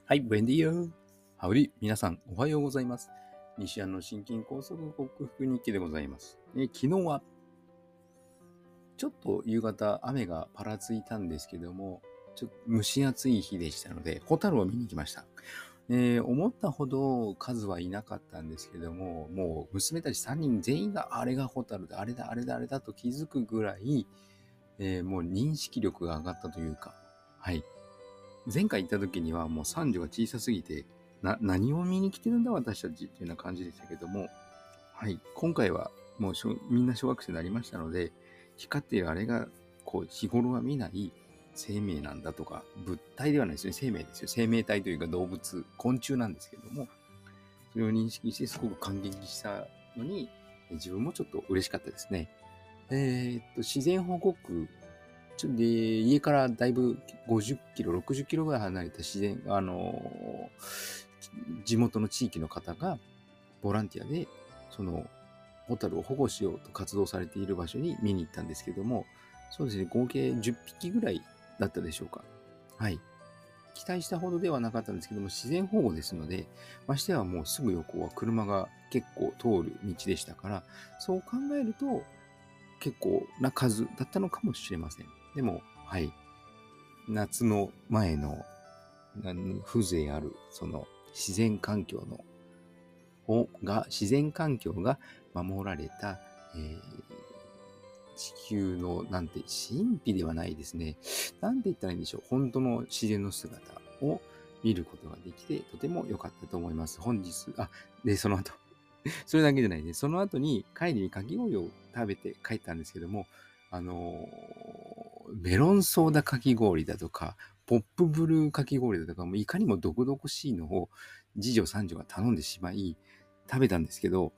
はい、ブエンディア。ハウディ、皆さん、おはようございます。西安の心筋梗塞克服日記でございます。昨日は、ちょっと夕方、雨がぱらついたんですけども、ちょっと蒸し暑い日でしたので、ホタルを見に行きました。思ったほど数はいなかったんですけども、もう娘たち3人全員があれがホタルだ、あれだ、あれだ、あれだと気づくぐらい、もう認識力が上がったというか、はい。前回行った時にはもう三女が小さすぎて、何を見に来てるんだ私たちっていうような感じでしたけども、はい。今回はもうみんな小学生になりましたので、光っているあれが、こう、日頃は見ない生命なんだとか、物体ではないですよね。生命ですよ。生命体というか動物、昆虫なんですけども、それを認識してすごく感激したのに、自分もちょっと嬉しかったですね。自然保護区で、家からだいぶ50キロ、60キロぐらい離れた自然、地元の地域の方がボランティアで、その、ホタルを保護しようと活動されている場所に見に行ったんですけども、そうですね、合計10匹ぐらいだったでしょうか。はい。期待したほどではなかったんですけども、自然保護ですので、ましてはもうすぐ横は車が結構通る道でしたから、そう考えると結構な数だったのかもしれません。でも、はい。夏の前の風情ある、その自然環境自然環境が守られた、地球の、神秘ではないですね。なんて言ったらいいんでしょう。本当の自然の姿を見ることができて、とても良かったと思います。本日、で、その後、それだけじゃないね。その後に帰りにかき氷を食べて帰ったんですけども、メロンソーダかき氷だとか、ポップブルーかき氷だとか、もういかにも毒々しいのを次女三女が頼んでしまい、食べたんですけど、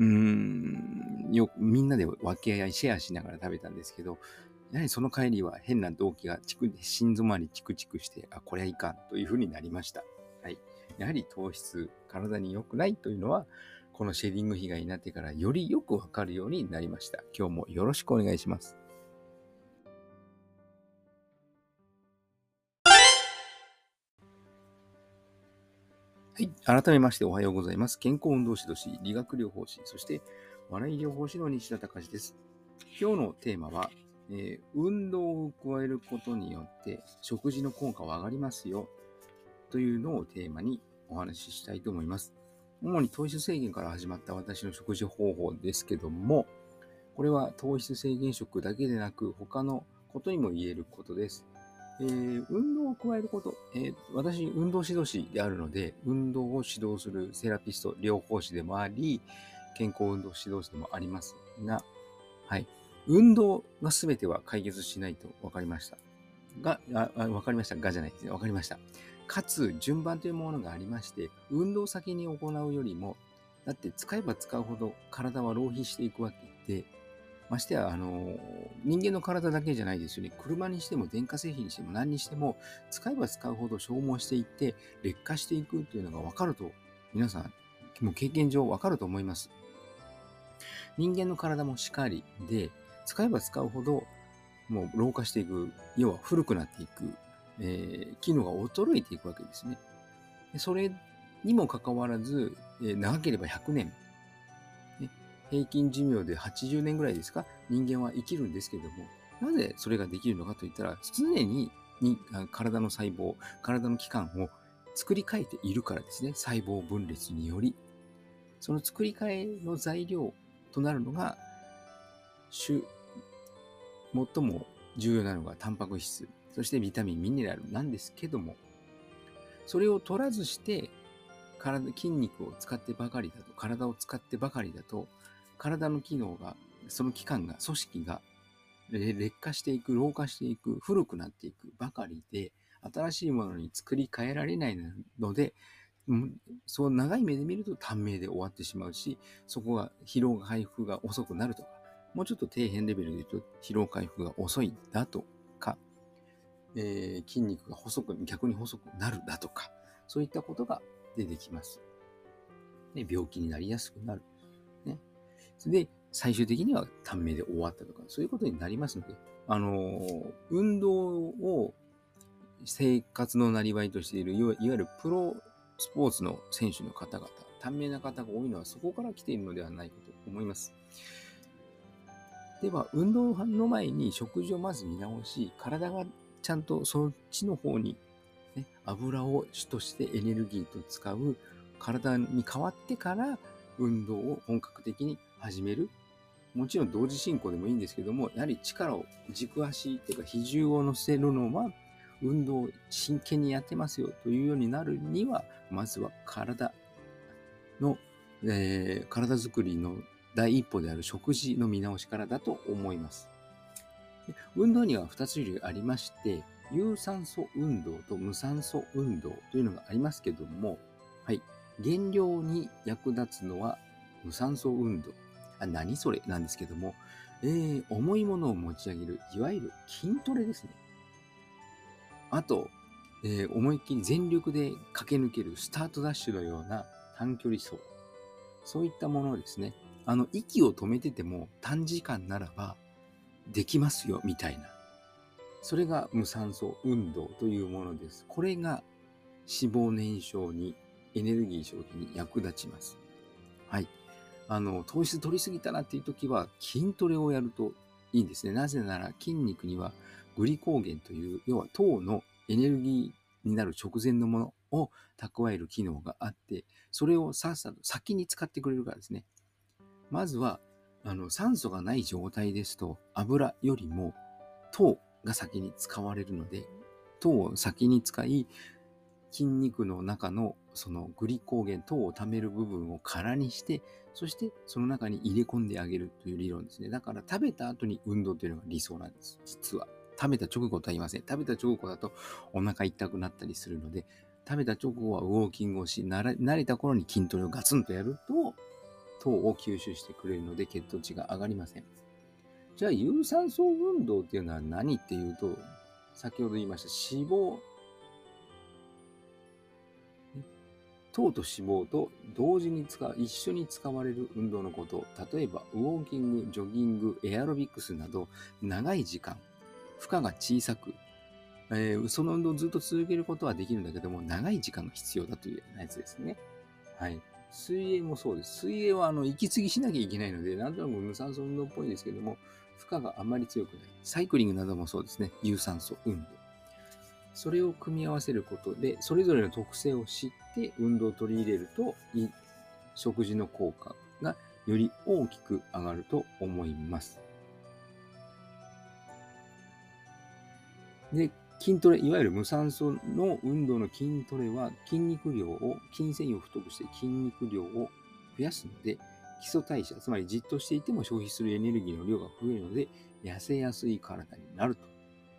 みんなで分け合い、シェアしながら食べたんですけど、やはりその帰りは変な動機が心臓周りチクチクして、これはいかんというふうになりました。はい。やはり糖質、体に良くないというのは、このシェディング被害になってからよりよくわかるようになりました。今日もよろしくお願いします。はい。改めましておはようございます。健康運動指導士、理学療法士、そして笑い療法士の西田隆です。今日のテーマは、運動を加えることによって食事の効果は上がりますよというのをテーマにお話ししたいと思います。主に糖質制限から始まった私の食事方法ですけども、これは糖質制限食だけでなく他のことにも言えることです。運動を加えること、私、運動指導士であるので、運動を指導するセラピスト、療法士でもあり、健康運動指導士でもありますが、はい。運動が全ては解決しないと分かりました。分かりましたがじゃないですね。分かりました。かつ、順番というものがありまして、運動先に行うよりも、だって使えば使うほど体は浪費していくわけで、ましてや、人間の体だけじゃないですよね。車にしても電化製品にしても何にしても、使えば使うほど消耗していって、劣化していくというのが分かると、皆さん、もう経験上分かると思います。人間の体もしかりで、使えば使うほど、もう老化していく、要は古くなっていく、機能が衰えていくわけですね。でそれにもかかわらず、長ければ100年、ね、平均寿命で80年ぐらいですか、人間は生きるんですけれども、なぜそれができるのかといったら、常に体の細胞、体の器官を作り変えているからですね。細胞分裂により。その作り変えの材料となるのが、最も重要なのがタンパク質、そしてビタミン、ミネラルなんですけども、それを取らずして筋肉を使ってばかりだと、体を使ってばかりだと、体の機能が、その器官が、組織が劣化していく、老化していく、古くなっていくばかりで、新しいものに作り変えられないので、そう長い目で見ると短命で終わってしまうし、そこが疲労回復が遅くなるとか、もうちょっと底辺レベルで言うと疲労回復が遅いだとか、筋肉が逆に細くなるだとか、そういったことが出てきます。で、病気になりやすくなる。ね。で、最終的には短命で終わったとか、そういうことになりますので、運動を生活のなりわいとしているいわゆるプロスポーツの選手の方々、短命な方が多いのはそこから来ているのではないかと思います。では、運動の前に食事をまず見直し、体がちゃんとそっちの方に、油を主としてエネルギーと使う体に変わってから運動を本格的に始める。もちろん同時進行でもいいんですけども、やはり力を軸足というか比重を乗せるのは運動を真剣にやってますよというようになるには、まずは体の、体づくりの第一歩である食事の見直しからだと思います。運動には2つ種類ありまして、有酸素運動と無酸素運動というのがありますけども、はい、減量に役立つのは無酸素運動。何それなんですけども、重いものを持ち上げる、いわゆる筋トレですね。あと、思いっきり全力で駆け抜けるスタートダッシュのような短距離走。そういったものですね。息を止めてても短時間ならばできますよ、みたいな。それが無酸素運動というものです。これが脂肪燃焼に、エネルギー消費に役立ちます。はい。糖質取りすぎたなっていう時は筋トレをやるといいんですね。なぜなら筋肉にはグリコーゲンという、要は糖のエネルギーになる直前のものを蓄える機能があって、それをさっさと先に使ってくれるからですね。まずは、酸素がない状態ですと、油よりも糖が先に使われるので、糖を先に使い、筋肉の中のそのグリコーゲン、糖を貯める部分を空にして、そしてその中に入れ込んであげるという理論ですね。だから食べた後に運動というのが理想なんです。実は。食べた直後とは言いません。食べた直後だとお腹痛くなったりするので、食べた直後はウォーキングをし、慣れた頃に筋トレをガツンとやると、糖を吸収してくれるので血糖値が上がりません。じゃあ、有酸素運動っていうのは何っていうと、先ほど言いました脂肪、糖と脂肪と同時に一緒に使われる運動のこと、例えばウォーキング、ジョギング、エアロビクスなど長い時間、負荷が小さく、その運動をずっと続けることはできるんだけども、長い時間が必要だというやつですね。はい。水泳もそうです。水泳は息継ぎしなきゃいけないので、なんとなく無酸素運動っぽいですけども、負荷があまり強くない。サイクリングなどもそうですね。有酸素運動。それを組み合わせることで、それぞれの特性を知って運動を取り入れると、食事の効果がより大きく上がると思います。で、筋トレ、いわゆる無酸素の運動の筋トレは筋繊維を太くして筋肉量を増やすので、基礎代謝、つまりじっとしていても消費するエネルギーの量が増えるので、痩せやすい体になると。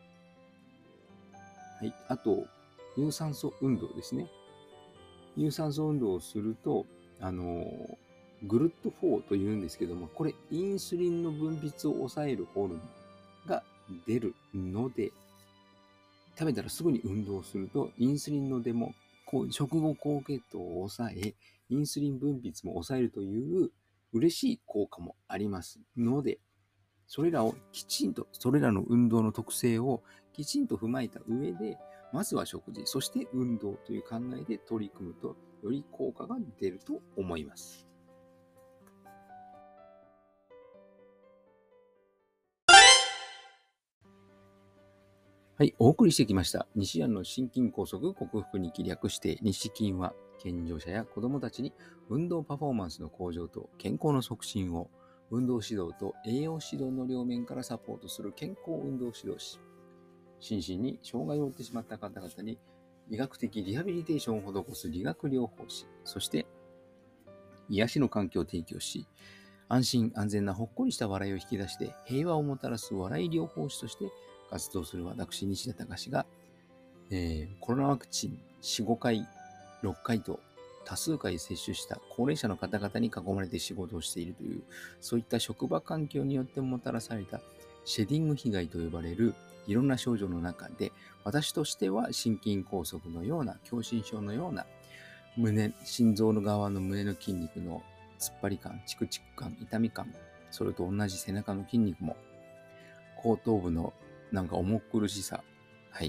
はい。あと、有酸素運動ですね。有酸素運動をすると、グルット4というんですけども、これ、インスリンの分泌を抑えるホルモンが出るので、食べたらすぐに運動すると、インスリンの出も、食後高血糖を抑え、インスリン分泌も抑えるという嬉しい効果もありますので、それらの運動の特性をきちんと踏まえた上で、まずは食事、そして運動という考えで取り組むと、より効果が出ると思います。はい、お送りしてきました。西安の心筋梗塞克服に略して、西筋は健常者や子どもたちに運動パフォーマンスの向上と健康の促進を、運動指導と栄養指導の両面からサポートする健康運動指導士。心身に障害を負ってしまった方々に医学的リハビリテーションを施す理学療法士、そして癒しの環境を提供し、安心安全なほっこりした笑いを引き出して平和をもたらす笑い療法士として活動する私、西田隆が、コロナワクチン4、5回、6回と多数回接種した高齢者の方々に囲まれて仕事をしているという、そういった職場環境によってもたらされたシェディング被害と呼ばれるいろんな症状の中で、私としては心筋梗塞のような、狭心症のような心臓の側の胸の筋肉の突っ張り感、チクチク感、痛み感、それと同じ背中の筋肉も、後頭部のなんか重苦しさ、はい。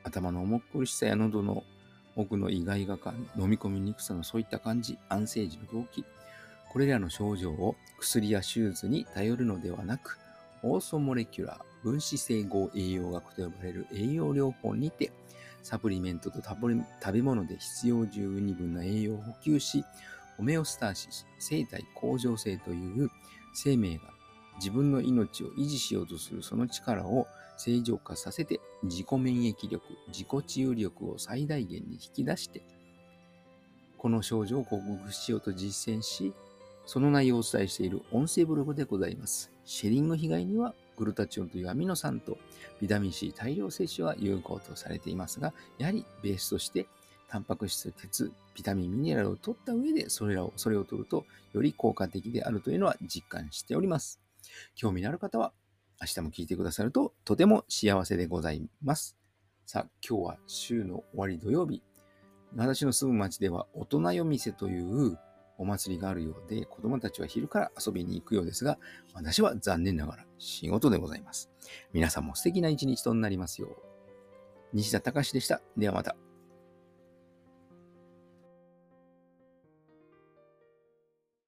頭の重苦しさや喉の奥のイガイガ感、飲み込みにくさのそういった感じ、安静時の動悸、これらの症状を薬や手術に頼るのではなく、オーソモレキュラー、分子整合栄養学と呼ばれる栄養療法にて、サプリメントと食べ物で必要十二分な栄養を補給し、ホメオスターシス、生体向上性という生命が自分の命を維持しようとするその力を正常化させて、自己免疫力、自己治癒力を最大限に引き出して、この症状を克服しようと実践し、その内容をお伝えしている音声ブログでございます。シェリング被害にはグルタチオンというアミノ酸とビタミン C 大量摂取は有効とされていますが、やはりベースとしてタンパク質、鉄、ビタミン、ミネラルを取った上でそれを取るとより効果的であるというのは実感しております。興味のある方は明日も聞いてくださるととても幸せでございます。さあ、今日は週の終わり土曜日。私の住む町では大人夜店というお祭りがあるようで、子供たちは昼から遊びに行くようですが、私は残念ながら仕事でございます。皆さんも素敵な一日となりますよう。西田隆でした。ではまた。